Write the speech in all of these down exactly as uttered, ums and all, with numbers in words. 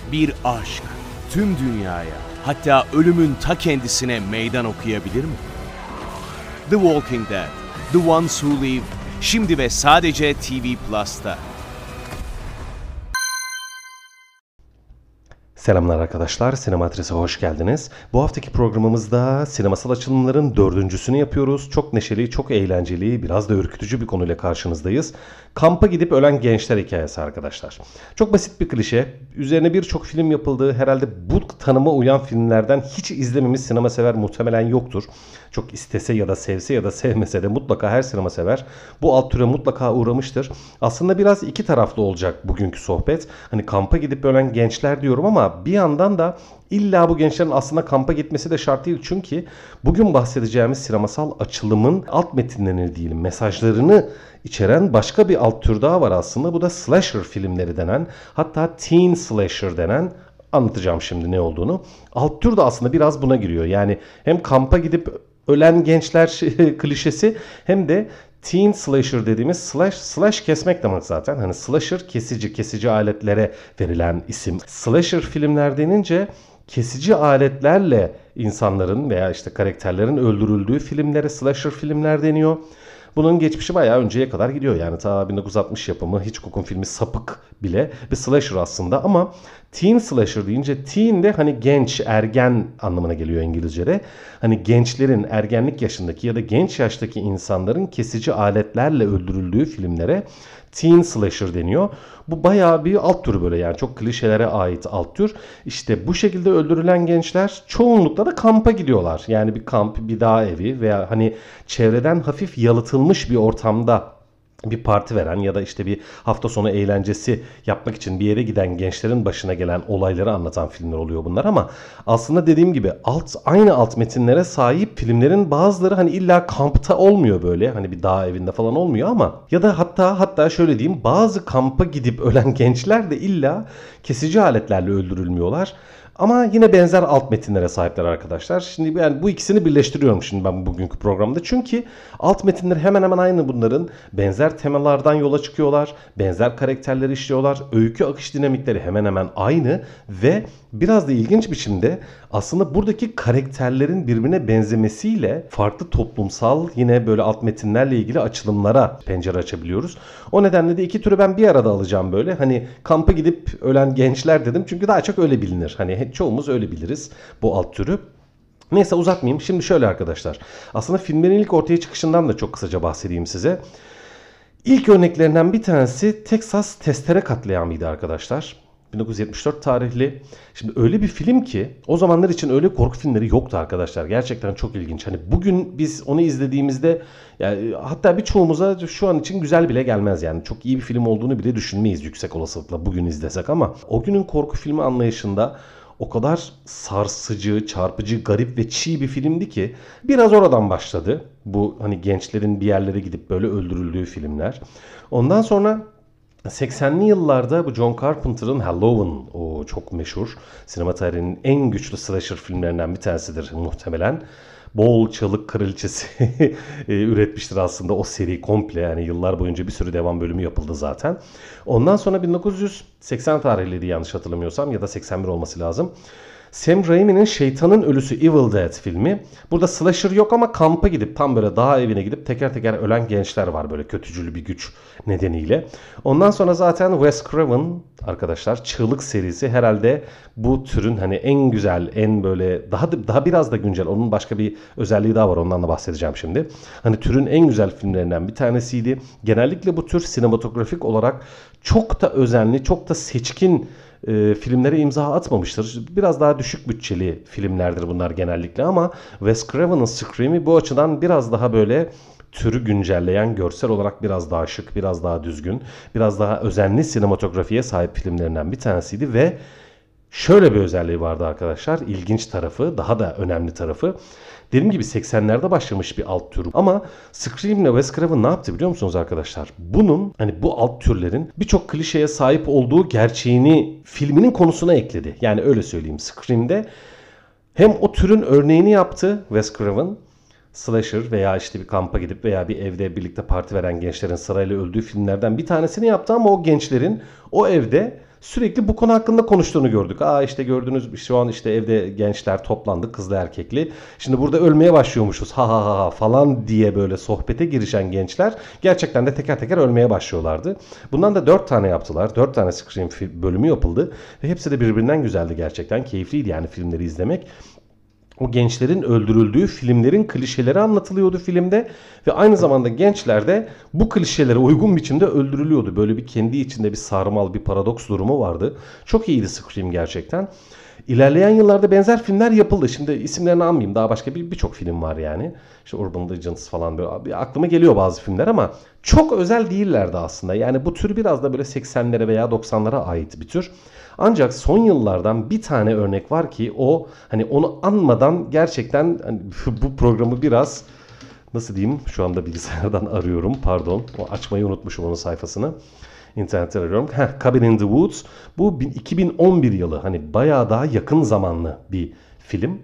Bir aşk tüm dünyaya, hatta ölümün ta kendisine meydan okuyabilir mi? The Walking Dead, The Ones Who Live, şimdi ve sadece T V Plus'ta. Selamlar arkadaşlar, Sinematris'e hoş geldiniz. Bu haftaki programımızda sinemasal açılımların dördüncüsünü yapıyoruz. Çok neşeli, çok eğlenceli, biraz da ürkütücü bir konuyla karşınızdayız. Kampa gidip ölen gençler hikayesi arkadaşlar. Çok basit bir klişe. Üzerine birçok film yapıldığı, herhalde bu tanıma uyan filmlerden hiç izlememiş sinema sever muhtemelen yoktur. Çok istese ya da sevse ya da sevmese de mutlaka her sinema sever bu alt türe mutlaka uğramıştır. Aslında biraz iki taraflı olacak bugünkü sohbet. Hani kampa gidip ölen gençler diyorum ama bir yandan da İlla bu gençlerin aslında kampa gitmesi de şart değil. Çünkü bugün bahsedeceğimiz sinemasal açılımın alt metinlerini diyelim, mesajlarını içeren başka bir alt tür daha var aslında. Bu da slasher filmleri denen, hatta teen slasher denen, anlatacağım şimdi ne olduğunu. Alt tür de aslında biraz buna giriyor. Yani hem kampa gidip ölen gençler klişesi hem de teen slasher dediğimiz slash, slash kesmek demek zaten. Hani slasher kesici, kesici aletlere verilen isim. Slasher filmler denince kesici aletlerle insanların veya işte karakterlerin öldürüldüğü filmlere slasher filmler deniyor. Bunun geçmişi bayağı önceye kadar gidiyor. Yani ta bin dokuz yüz altmış yapımı Hitchcock'un filmi Sapık bile bir slasher aslında. Ama teen slasher deyince teen de hani genç, ergen anlamına geliyor İngilizce'de. Hani gençlerin, ergenlik yaşındaki ya da genç yaştaki insanların kesici aletlerle öldürüldüğü filmlere teen slasher deniyor. Bu bayağı bir alt tür böyle, yani çok klişelere ait alt tür. İşte bu şekilde öldürülen gençler çoğunlukla da kampa gidiyorlar. Yani bir kamp, bir dağ evi veya hani çevreden hafif yalıtılmış bir ortamda bir parti veren ya da işte bir hafta sonu eğlencesi yapmak için bir yere giden gençlerin başına gelen olayları anlatan filmler oluyor bunlar. Ama aslında dediğim gibi alt aynı alt metinlere sahip filmlerin bazıları hani illa kampta olmuyor, böyle hani bir dağ evinde falan olmuyor ama ya da hatta hatta şöyle diyeyim, bazı kampa gidip ölen gençler de illa kesici aletlerle öldürülmüyorlar. Ama yine benzer alt metinlere sahipler arkadaşlar. Şimdi yani bu ikisini birleştiriyorum şimdi ben bugünkü programda. Çünkü alt metinler hemen hemen aynı bunların. Benzer temalardan yola çıkıyorlar. Benzer karakterleri işliyorlar. Öykü akış dinamikleri hemen hemen aynı. Ve biraz da ilginç biçimde aslında buradaki karakterlerin birbirine benzemesiyle farklı toplumsal yine böyle alt metinlerle ilgili açılımlara pencere açabiliyoruz. O nedenle de iki türü ben bir arada alacağım böyle. Hani kampa gidip ölen gençler dedim. Çünkü daha çok öyle bilinir. Hani çoğumuz öyle biliriz bu alt türü. Neyse uzatmayayım. Şimdi şöyle arkadaşlar. Aslında filmlerin ilk ortaya çıkışından da çok kısaca bahsedeyim size. İlk örneklerinden bir tanesi Texas Testere Katliamı'ydı arkadaşlar. bin dokuz yüz yetmiş dört tarihli. Şimdi öyle bir film ki o zamanlar için öyle korku filmleri yoktu arkadaşlar. Gerçekten çok ilginç. Hani bugün biz onu izlediğimizde yani hatta birçoğumuza şu an için güzel bile gelmez yani. Çok iyi bir film olduğunu bile düşünmeyiz yüksek olasılıkla bugün izlesek ama o günün korku filmi anlayışında o kadar sarsıcı, çarpıcı, garip ve çiğ bir filmdi ki biraz oradan başladı. Bu hani gençlerin bir yerlere gidip böyle öldürüldüğü filmler. Ondan sonra seksenli yıllarda bu John Carpenter'ın Halloween, o çok meşhur sinema tarihinin en güçlü slasher filmlerinden bir tanesidir muhtemelen. Bol çalık kraliçesi üretmiştir aslında o seri komple, yani yıllar boyunca bir sürü devam bölümü yapıldı zaten. Ondan sonra bin dokuz yüz seksen tarihliydi yanlış hatırlamıyorsam ya da seksen bir olması lazım. Sam Raimi'nin Şeytanın Ölüsü Evil Dead filmi. Burada slasher yok ama kampa gidip tam böyle dağ evine gidip teker teker ölen gençler var böyle kötücül bir güç nedeniyle. Ondan sonra zaten Wes Craven arkadaşlar Çığlık serisi herhalde bu türün hani en güzel, en böyle daha daha biraz da güncel, onun başka bir özelliği daha var, ondan da bahsedeceğim şimdi. Hani türün en güzel filmlerinden bir tanesiydi. Genellikle bu tür sinematografik olarak çok da özenli, çok da seçkin E, filmlere imza atmamıştır. Biraz daha düşük bütçeli filmlerdir bunlar genellikle ama Wes Craven'ın Scream'i bu açıdan biraz daha böyle türü güncelleyen, görsel olarak biraz daha şık, biraz daha düzgün, biraz daha özenli sinematografiye sahip filmlerinden bir tanesiydi ve şöyle bir özelliği vardı arkadaşlar. İlginç tarafı, daha da önemli tarafı. Dediğim gibi seksenlerde başlamış bir alt tür. Ama Scream'le Wes Craven ne yaptı biliyor musunuz arkadaşlar? Bunun hani bu alt türlerin birçok klişeye sahip olduğu gerçeğini filminin konusuna ekledi. Yani öyle söyleyeyim. Scream'de hem o türün örneğini yaptı Wes Craven. Slasher veya işte bir kampa gidip veya bir evde birlikte parti veren gençlerin sırayla öldüğü filmlerden bir tanesini yaptı ama o gençlerin o evde sürekli bu konu hakkında konuştuğunu gördük. Aa işte gördünüz şu an işte evde gençler toplandı, kızlı erkekli. Şimdi burada ölmeye başlıyormuşuz ha ha ha falan diye böyle sohbete girişen gençler gerçekten de teker teker ölmeye başlıyorlardı. Bundan da dört tane yaptılar. dört tane Scream bölümü yapıldı ve hepsi de birbirinden güzeldi gerçekten. Keyifliydi yani filmleri izlemek. O gençlerin öldürüldüğü filmlerin klişeleri anlatılıyordu filmde ve aynı zamanda gençler de bu klişelere uygun biçimde öldürülüyordu. Böyle bir kendi içinde bir sarmal, bir paradoks durumu vardı. Çok iyiydi Scream gerçekten. İlerleyen yıllarda benzer filmler yapıldı. Şimdi isimlerini anmayayım. Daha başka bir birçok film var yani. İşte Urban Legends falan böyle. Aklıma geliyor bazı filmler ama çok özel değillerdi aslında. Yani bu tür biraz da böyle seksenlere veya doksanlara ait bir tür. Ancak son yıllardan bir tane örnek var ki o hani onu anmadan gerçekten hani bu programı biraz nasıl diyeyim şu anda bilgisayardan arıyorum pardon o açmayı unutmuşum onun sayfasını. İnternetten arıyorum. Heh, Cabin in the Woods. Bu iki bin on bir yılı hani bayağı daha yakın zamanlı bir film.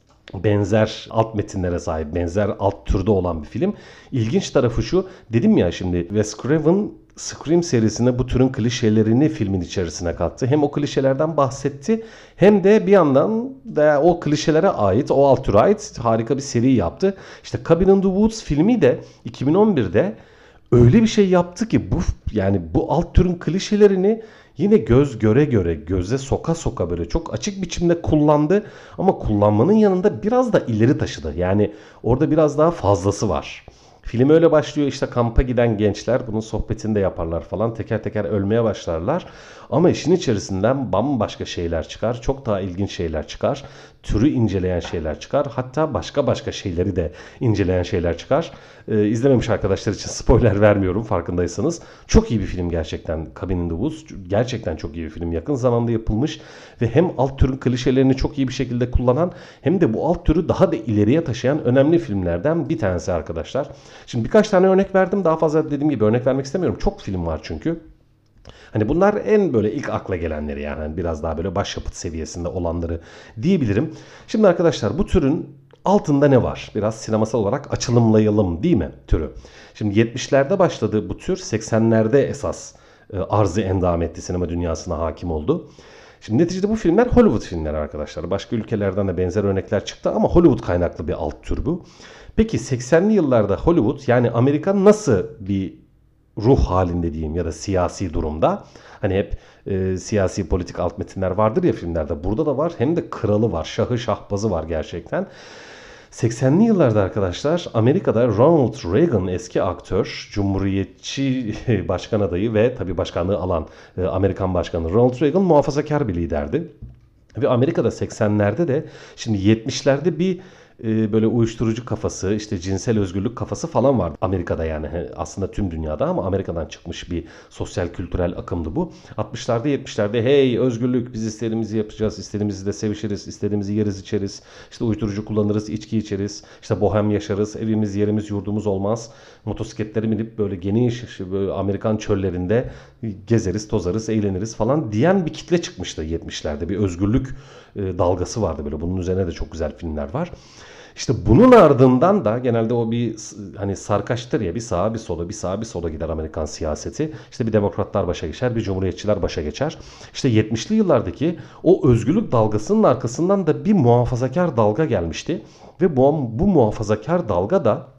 Benzer alt metinlere sahip, benzer alt türde olan bir film. İlginç tarafı şu, dedim ya şimdi Wes Craven Scream serisine bu türün klişelerini filmin içerisine kattı. Hem o klişelerden bahsetti hem de bir yandan da o klişelere ait, o alt türe ait harika bir seri yaptı. İşte Cabin in the Woods filmi de iki bin on birde öyle bir şey yaptı ki bu yani bu alt türün klişelerini yine göz göre göre, göze soka soka böyle çok açık biçimde kullandı. Ama kullanmanın yanında biraz da ileri taşıdı. Yani orada biraz daha fazlası var. Film öyle başlıyor işte kampa giden gençler bunun sohbetini de yaparlar falan teker teker ölmeye başlarlar. Ama işin içerisinden bambaşka şeyler çıkar. Çok daha ilginç şeyler çıkar. Türü inceleyen şeyler çıkar. Hatta başka başka şeyleri de inceleyen şeyler çıkar. Ee, izlememiş arkadaşlar için spoiler vermiyorum farkındaysanız. Çok iyi bir film gerçekten Cabin in the Woods. Gerçekten çok iyi bir film. Yakın zamanda yapılmış ve hem alt türün klişelerini çok iyi bir şekilde kullanan hem de bu alt türü daha da ileriye taşıyan önemli filmlerden bir tanesi arkadaşlar. Şimdi birkaç tane örnek verdim. Daha fazla dediğim gibi örnek vermek istemiyorum. Çok film var çünkü. Hani bunlar en böyle ilk akla gelenleri yani hani biraz daha böyle başyapıt seviyesinde olanları diyebilirim. Şimdi arkadaşlar bu türün altında ne var? Biraz sinemasal olarak açılımlayalım değil mi türü? Şimdi yetmişlerde başladı bu tür, seksenlerde esas e, arzı endam etti, sinema dünyasına hakim oldu. Şimdi neticede bu filmler Hollywood filmleri arkadaşlar. Başka ülkelerden de benzer örnekler çıktı ama Hollywood kaynaklı bir alt tür bu. Peki seksenli yıllarda Hollywood yani Amerika nasıl bir ruh halinde diyeyim ya da siyasi durumda? Hani hep e, siyasi politik alt metinler vardır ya filmlerde. Burada da var. Hem de kralı var. Şahı şahbazı var gerçekten. seksenli yıllarda arkadaşlar Amerika'da Ronald Reagan eski aktör, Cumhuriyetçi başkan adayı ve tabii başkanlığı alan e, Amerikan başkanı Ronald Reagan muhafazakar bir liderdi. Ve Amerika'da seksenlerde de şimdi yetmişlerde bir e, böyle uyuşturucu kafası, işte cinsel özgürlük kafası falan vardı. Amerika'da yani aslında tüm dünyada ama Amerika'dan çıkmış bir sosyal kültürel akımdı bu. altmışlarda yetmişlerde hey özgürlük biz istediğimizi yapacağız, istediğimizi de sevişiriz, istediğimizi yeriz içeriz, işte uyuşturucu kullanırız, içki içeriz, işte bohem yaşarız, evimiz yerimiz yurdumuz olmaz. Motosikletleri binip böyle geniş böyle Amerikan çöllerinde gezeriz, tozarız, eğleniriz falan diyen bir kitle çıkmıştı yetmişlerde. Bir özgürlük e, dalgası vardı böyle. Bunun üzerine de çok güzel filmler var. İşte bunun ardından da genelde o bir hani sarkaçtır ya bir sağa bir sola bir sağa bir sola gider Amerikan siyaseti. İşte bir demokratlar başa geçer, bir cumhuriyetçiler başa geçer. İşte yetmişli yıllardaki o özgürlük dalgasının arkasından da bir muhafazakar dalga gelmişti. Ve bu, bu muhafazakar dalga da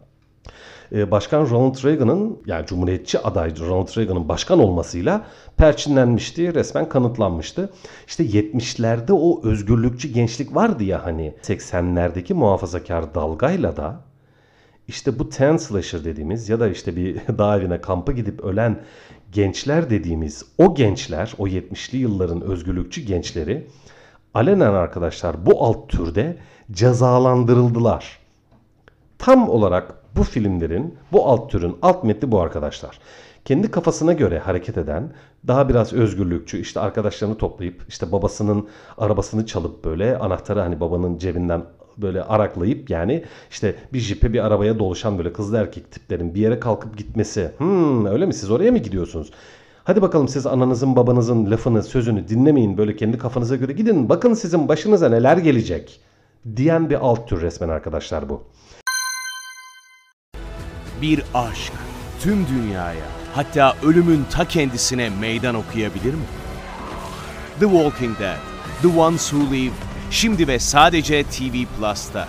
Başkan Ronald Reagan'ın yani Cumhuriyetçi aday Ronald Reagan'ın başkan olmasıyla perçinlenmişti, resmen kanıtlanmıştı. İşte yetmişlerde o özgürlükçü gençlik vardı ya hani seksenlerdeki muhafazakar dalgayla da işte bu teen slasher dediğimiz ya da işte bir dağ evine kampa gidip ölen gençler dediğimiz o gençler, o yetmişli yılların özgürlükçü gençleri alenen arkadaşlar bu alt türde cezalandırıldılar. Tam olarak bu filmlerin, bu alt türün alt metni bu arkadaşlar. Kendi kafasına göre hareket eden, daha biraz özgürlükçü, işte arkadaşlarını toplayıp, işte babasının arabasını çalıp böyle anahtarı hani babanın cebinden böyle araklayıp yani işte bir jipe bir arabaya doluşan böyle kızlı erkek tiplerin bir yere kalkıp gitmesi. Hmm, öyle mi siz oraya mı gidiyorsunuz? Hadi bakalım siz ananızın babanızın lafını sözünü dinlemeyin böyle kendi kafanıza göre gidin bakın sizin başınıza neler gelecek diyen bir alt tür resmen arkadaşlar bu. Bir aşk tüm dünyaya, hatta ölümün ta kendisine meydan okuyabilir mi? The Walking Dead, The Ones Who Live, şimdi ve sadece T V Plus'ta.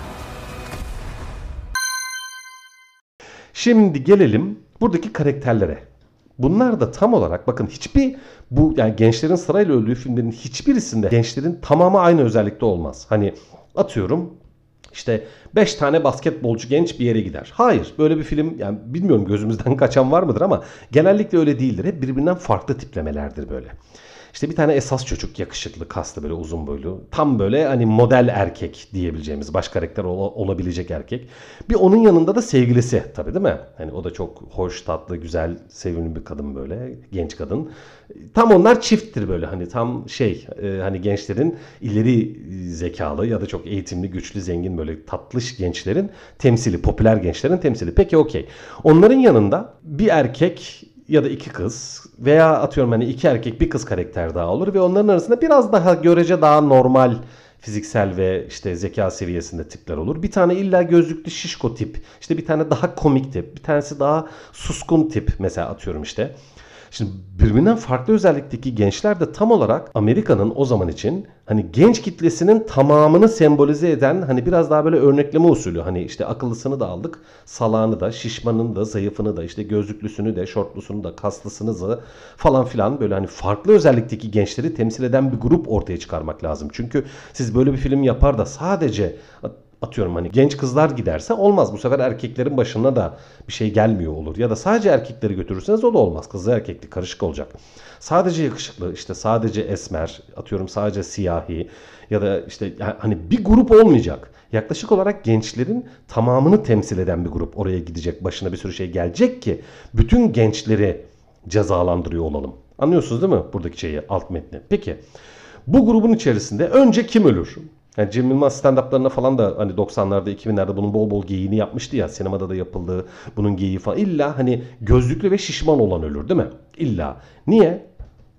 Şimdi gelelim buradaki karakterlere. Bunlar da tam olarak bakın hiçbir bu yani gençlerin sırayla öldüğü filmlerin hiçbirisinde gençlerin tamamı aynı özellikte olmaz. Hani atıyorum işte beş tane basketbolcu genç bir yere gider. Hayır, böyle bir film yani bilmiyorum gözümüzden kaçan var mıdır ama genellikle öyle değildir. Hep birbirinden farklı tiplemelerdir böyle. İşte bir tane esas çocuk yakışıklı, kaslı böyle uzun boylu. Tam böyle hani model erkek diyebileceğimiz baş karakter ol- olabilecek erkek. Bir onun yanında da sevgilisi tabii değil mi? Hani o da çok hoş, tatlı, güzel, sevimli bir kadın böyle. Genç kadın. Tam onlar çifttir böyle hani tam şey e, hani gençlerin ileri zekalı ya da çok eğitimli, güçlü, zengin böyle tatlış gençlerin temsili, popüler gençlerin temsili. Peki okey. Onların yanında bir erkek ya da iki kız veya atıyorum hani iki erkek bir kız karakter daha olur ve onların arasında biraz daha görece daha normal fiziksel ve işte zeka seviyesinde tipler olur. Bir tane illa gözlüklü şişko tip, işte bir tane daha komik tip, bir tanesi daha suskun tip mesela atıyorum işte. Şimdi birbirinden farklı özellikteki gençler de tam olarak Amerika'nın o zaman için hani genç kitlesinin tamamını sembolize eden hani biraz daha böyle örnekleme usulü. Hani işte akıllısını da aldık, salağını da, şişmanını da, zayıfını da, işte gözlüklüsünü de, şortlusunu da, kaslısını da falan filan böyle hani farklı özellikteki gençleri temsil eden bir grup ortaya çıkarmak lazım. Çünkü siz böyle bir film yapar da sadece atıyorum hani genç kızlar giderse olmaz. Bu sefer erkeklerin başına da bir şey gelmiyor olur. Ya da sadece erkekleri götürürseniz o da olmaz. Kızlı erkekli karışık olacak. Sadece yakışıklı, işte sadece esmer, atıyorum sadece siyahi ya da işte yani hani bir grup olmayacak. Yaklaşık olarak gençlerin tamamını temsil eden bir grup oraya gidecek. Başına bir sürü şey gelecek ki bütün gençleri cezalandırıyor olalım. Anlıyorsunuz değil mi buradaki şeyi, alt metni? Peki bu grubun içerisinde önce kim ölür? Yani Cem Yılmaz stand-up'larına falan da hani doksanlarda iki binlerde bunun bol bol geyiğini yapmıştı ya. Sinemada da yapıldı bunun geyiği falan. İlla hani gözlüklü ve şişman olan ölür değil mi? İlla. Niye?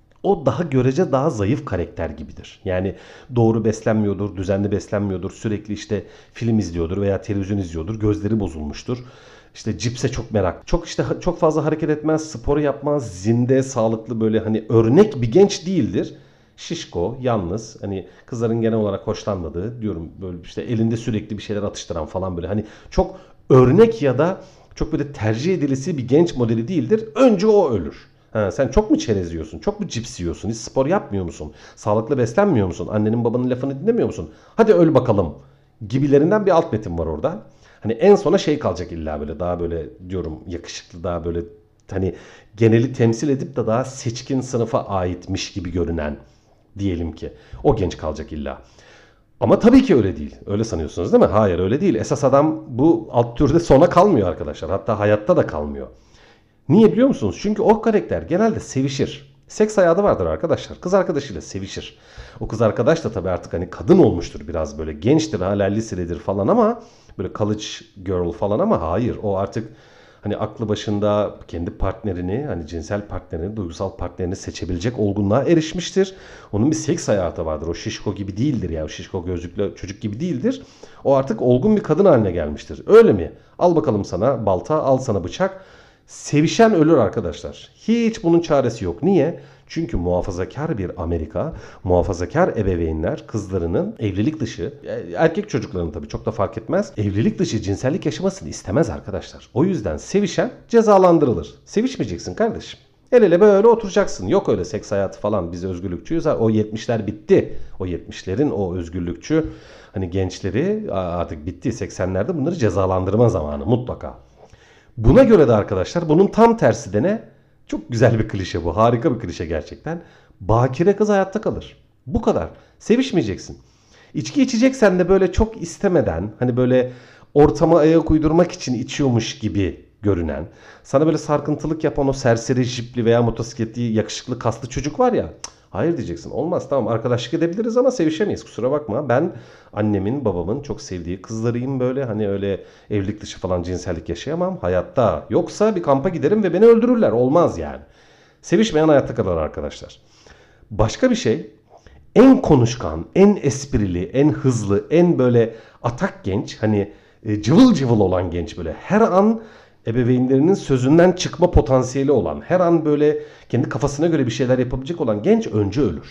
O daha görece daha zayıf karakter gibidir. Yani doğru beslenmiyordur, düzenli beslenmiyordur. Sürekli işte film izliyordur veya televizyon izliyordur. Gözleri bozulmuştur. İşte cipse çok merak. Çok işte çok fazla hareket etmez, spor yapmaz, zinde, sağlıklı böyle hani örnek bir genç değildir. Şişko, yalnız, hani kızların genel olarak hoşlanmadığı diyorum böyle işte elinde sürekli bir şeyler atıştıran falan böyle hani çok örnek ya da çok böyle tercih edilisi bir genç modeli değildir. Önce o ölür. Ha, sen çok mu çerez yiyorsun? Çok mu cips yiyorsun? Hiç spor yapmıyor musun? Sağlıklı beslenmiyor musun? Annenin babanın lafını dinlemiyor musun? Hadi öl bakalım gibilerinden bir alt metin var orada. Hani en sona şey kalacak illa böyle daha böyle diyorum yakışıklı daha böyle hani geneli temsil edip de daha seçkin sınıfa aitmiş gibi görünen diyelim ki. O genç kalacak illa. Ama tabii ki öyle değil. Öyle sanıyorsunuz değil mi? Hayır öyle değil. Esas adam bu alt türde sona kalmıyor arkadaşlar. Hatta hayatta da kalmıyor. Niye biliyor musunuz? Çünkü o karakter genelde sevişir. Seks hayatı vardır arkadaşlar. Kız arkadaşıyla sevişir. O kız arkadaş da tabii artık hani kadın olmuştur biraz böyle. Gençtir hala lisededir falan ama böyle college girl falan ama hayır. O artık hani aklı başında kendi partnerini, hani cinsel partnerini, duygusal partnerini seçebilecek olgunluğa erişmiştir. Onun bir seks hayatı vardır. O şişko gibi değildir ya. O şişko gözlüklü çocuk gibi değildir. O artık olgun bir kadın haline gelmiştir. Öyle mi? Al bakalım sana balta, al sana bıçak. Sevişen ölür arkadaşlar. Hiç bunun çaresi yok. Niye? Çünkü muhafazakar bir Amerika, muhafazakar ebeveynler kızlarının evlilik dışı, erkek çocuklarının tabii çok da fark etmez, evlilik dışı cinsellik yaşamasını istemez arkadaşlar. O yüzden sevişen cezalandırılır. Sevişmeyeceksin kardeşim. El ele böyle oturacaksın. Yok öyle seks hayatı falan, biz özgürlükçüyüz. O yetmişler bitti. O yetmişlerin o özgürlükçü hani gençleri artık bitti. seksenlerde bunları cezalandırma zamanı mutlaka. Buna göre de arkadaşlar bunun tam tersi de ne? Çok güzel bir klişe bu. Harika bir klişe gerçekten. Bakire kız hayatta kalır. Bu kadar. Sevişmeyeceksin. İçki içeceksen de böyle çok istemeden hani böyle ortama ayak uydurmak için içiyormuş gibi görünen, sana böyle sarkıntılık yapan o serseri jipli veya motosikletli yakışıklı kaslı çocuk var ya. Hayır diyeceksin. Olmaz, tamam arkadaşlık edebiliriz ama sevişemeyiz, kusura bakma. Ben annemin babamın çok sevdiği kızlarıyım böyle. Hani öyle evlilik dışı falan cinsellik yaşayamam hayatta. Yoksa bir kampa giderim ve beni öldürürler. Olmaz yani. Sevişmeyen hayatta kalır arkadaşlar. Başka bir şey, en konuşkan, en esprili, en hızlı, en böyle atak genç, hani cıvıl cıvıl olan genç, böyle her an ebeveynlerinin sözünden çıkma potansiyeli olan, her an böyle kendi kafasına göre bir şeyler yapabilecek olan genç önce ölür.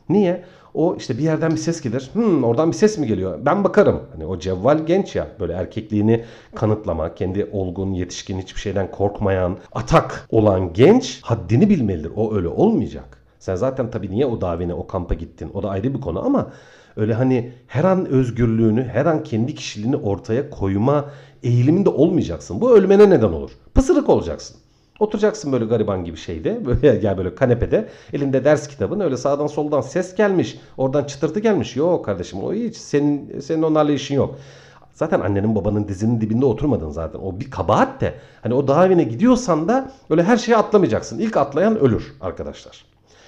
Niye? O işte bir yerden bir ses gelir. Hmm, oradan bir ses mi geliyor? Ben bakarım. Hani o cevval genç ya, böyle erkekliğini kanıtlama, kendi olgun, yetişkin, hiçbir şeyden korkmayan, atak olan genç haddini bilmelidir. O öyle olmayacak. Sen zaten tabii niye o davine, o kampa gittin? O da ayrı bir konu ama öyle hani her an özgürlüğünü, her an kendi kişiliğini ortaya koyma eğiliminde olmayacaksın. Bu ölmene neden olur. Pısırık olacaksın. Oturacaksın böyle gariban gibi şeyde, böyle ya böyle kanepede, elinde ders kitabın, öyle sağdan soldan ses gelmiş, oradan çıtırtı gelmiş. Yok kardeşim, o hiç senin senin onlarla işin yok. Zaten annenin babanın dizinin dibinde oturmadın zaten. O bir kabahat de. Hani o dağ evine gidiyorsan da öyle her şeye atlamayacaksın. İlk atlayan ölür arkadaşlar.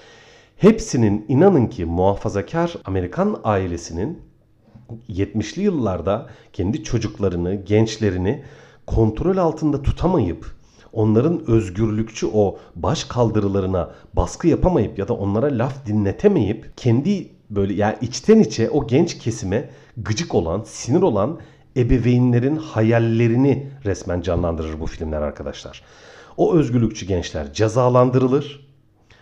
Hepsinin inanın ki muhafazakar Amerikan ailesinin yetmişli yıllarda kendi çocuklarını, gençlerini kontrol altında tutamayıp, onların özgürlükçü o baş kaldırılarına baskı yapamayıp ya da onlara laf dinletemeyip kendi böyle yani içten içe o genç kesime gıcık olan, sinir olan ebeveynlerin hayallerini resmen canlandırır bu filmler arkadaşlar. O özgürlükçü gençler cezalandırılır,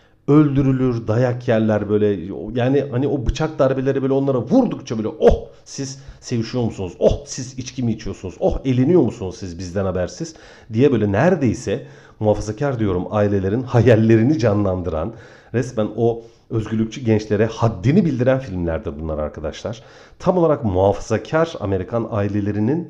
öldürülür, dayak yerler böyle, yani hani o bıçak darbeleri böyle onlara vurdukça böyle oh siz sevişiyor musunuz? Oh siz içki mi içiyorsunuz? Oh eğleniyor musunuz siz bizden habersiz? Diye böyle neredeyse muhafazakar diyorum ailelerin hayallerini canlandıran, resmen o özgürlükçü gençlere haddini bildiren filmlerdir bunlar arkadaşlar. Tam olarak muhafazakar Amerikan ailelerinin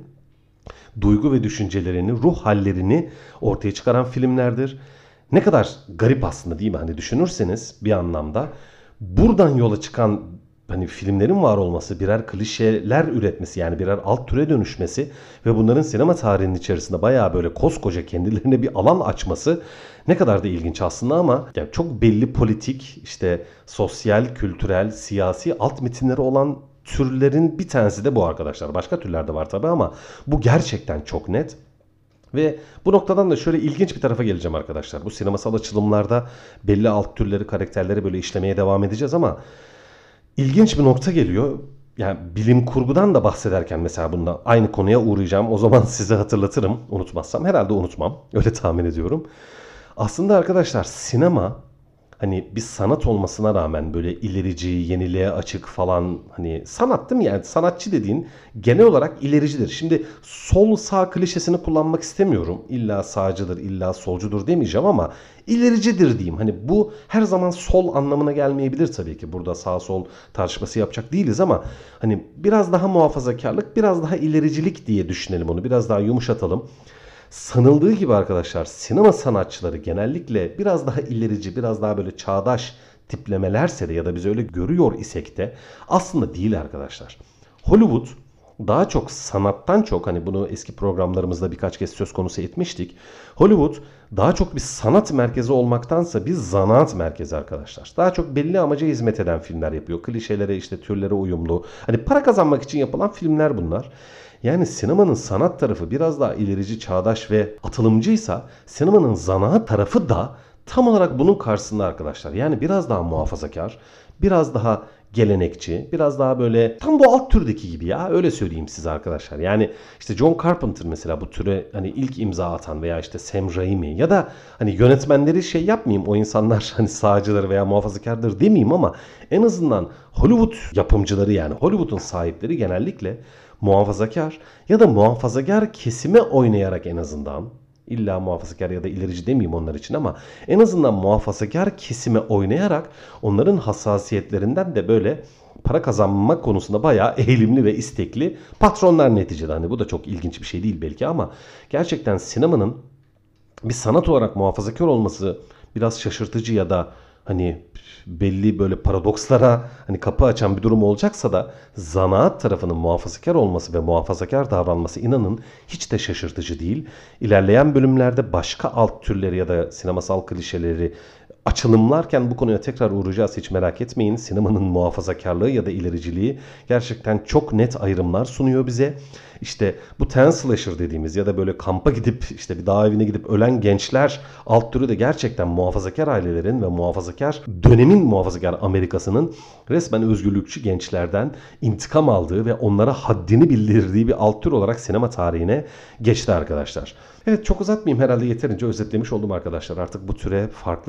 duygu ve düşüncelerini, ruh hallerini ortaya çıkaran filmlerdir. Ne kadar garip aslında değil mi? Hani düşünürseniz bir anlamda buradan yola çıkan hani filmlerin var olması, birer klişeler üretmesi, yani birer alt türe dönüşmesi ve bunların sinema tarihinin içerisinde bayağı böyle koskoca kendilerine bir alan açması ne kadar da ilginç aslında ama yani çok belli politik, işte sosyal, kültürel, siyasi alt metinleri olan türlerin bir tanesi de bu arkadaşlar. Başka türler de var tabii ama bu gerçekten çok net. Ve bu noktadan da şöyle ilginç bir tarafa geleceğim arkadaşlar. Bu sinemasal açılımlarda belli alt türleri, karakterleri böyle işlemeye devam edeceğiz ama ilginç bir nokta geliyor. Yani bilim kurgudan da bahsederken mesela bunda aynı konuya uğrayacağım. O zaman size hatırlatırım. Unutmazsam, herhalde unutmam. Öyle tahmin ediyorum. Aslında arkadaşlar sinema hani bir sanat olmasına rağmen böyle ilerici, yeniliğe açık falan, hani sanat değil mi? Yani sanatçı dediğin genel olarak ilericidir. Şimdi sol sağ klişesini kullanmak istemiyorum. İlla sağcıdır, illa solcudur demeyeceğim ama ilericidir diyeyim. Hani bu her zaman sol anlamına gelmeyebilir tabii ki. Burada sağ sol tartışması yapacak değiliz ama hani biraz daha muhafazakarlık, biraz daha ilericilik diye düşünelim onu. Biraz daha yumuşatalım. Sanıldığı gibi arkadaşlar sinema sanatçıları genellikle biraz daha ilerici, biraz daha böyle çağdaş tiplemelerse de ya da biz öyle görüyor isek de aslında değil arkadaşlar. Hollywood daha çok sanattan çok, hani bunu eski programlarımızda birkaç kez söz konusu etmiştik. Hollywood daha çok bir sanat merkezi olmaktansa bir zanaat merkezi arkadaşlar. Daha çok belli amaca hizmet eden filmler yapıyor. Klişelere, işte türlere uyumlu. Hani para kazanmak için yapılan filmler bunlar. Yani sinemanın sanat tarafı biraz daha ilerici, çağdaş ve atılımcıysa sinemanın zanaat tarafı da tam olarak bunun karşısında arkadaşlar. Yani biraz daha muhafazakar, biraz daha gelenekçi, biraz daha böyle tam bu alt türdeki gibi ya, öyle söyleyeyim size arkadaşlar. Yani işte John Carpenter mesela bu türe hani ilk imza atan veya işte Sam Raimi ya da hani yönetmenleri şey yapmayayım, o insanlar hani sağcıları veya muhafazakardır demeyeyim ama en azından Hollywood yapımcıları, yani Hollywood'un sahipleri genellikle muhafazakar ya da muhafazakar kesime oynayarak, en azından illa muhafazakar ya da ilerici demeyeyim onlar için ama en azından muhafazakar kesime oynayarak onların hassasiyetlerinden de böyle para kazanma konusunda bayağı eğilimli ve istekli patronlar neticede. Hani bu da çok ilginç bir şey değil belki ama gerçekten sinemanın bir sanat olarak muhafazakar olması biraz şaşırtıcı ya da hani belli böyle paradokslara hani kapı açan bir durum olacaksa da zanaat tarafının muhafazakar olması ve muhafazakar davranması inanın hiç de şaşırtıcı değil. İlerleyen bölümlerde başka alt türleri ya da sinemasal klişeleri açılımlarken bu konuya tekrar uğrayacağız, hiç merak etmeyin. Sinemanın muhafazakarlığı ya da ilericiliği gerçekten çok net ayrımlar sunuyor bize. İşte bu ten slasher dediğimiz ya da böyle kampa gidip işte bir dağ evine gidip ölen gençler alt türü de gerçekten muhafazakar ailelerin ve muhafazakar dönemin muhafazakar Amerikası'nın resmen özgürlükçü gençlerden intikam aldığı ve onlara haddini bildirdiği bir alt tür olarak sinema tarihine geçti arkadaşlar. Evet, çok uzatmayayım, herhalde yeterince özetlemiş oldum arkadaşlar. Artık bu türe farklı bir bakış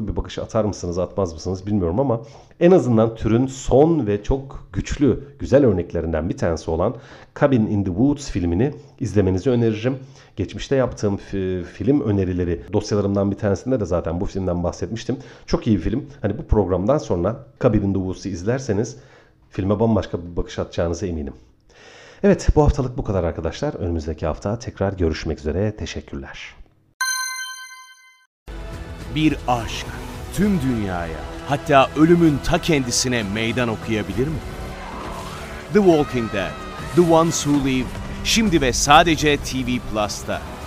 atar mısınız atmaz mısınız bilmiyorum ama en azından türün son ve çok güçlü, güzel örneklerinden bir tanesi olan Cabin in the Woods filmini izlemenizi öneririm. Geçmişte yaptığım fi- film önerileri dosyalarımdan bir tanesinde de zaten bu filmden bahsetmiştim. Çok iyi bir film. Hani bu programdan sonra Cabin in the Woods'u izlerseniz filme bambaşka bir bakış atacağınıza eminim. Evet, bu haftalık bu kadar arkadaşlar. Önümüzdeki hafta tekrar görüşmek üzere. Teşekkürler. Bir aşk tüm dünyaya, hatta ölümün ta kendisine meydan okuyabilir mi? The Walking Dead, The Ones Who Live, şimdi ve sadece T V Plus'ta.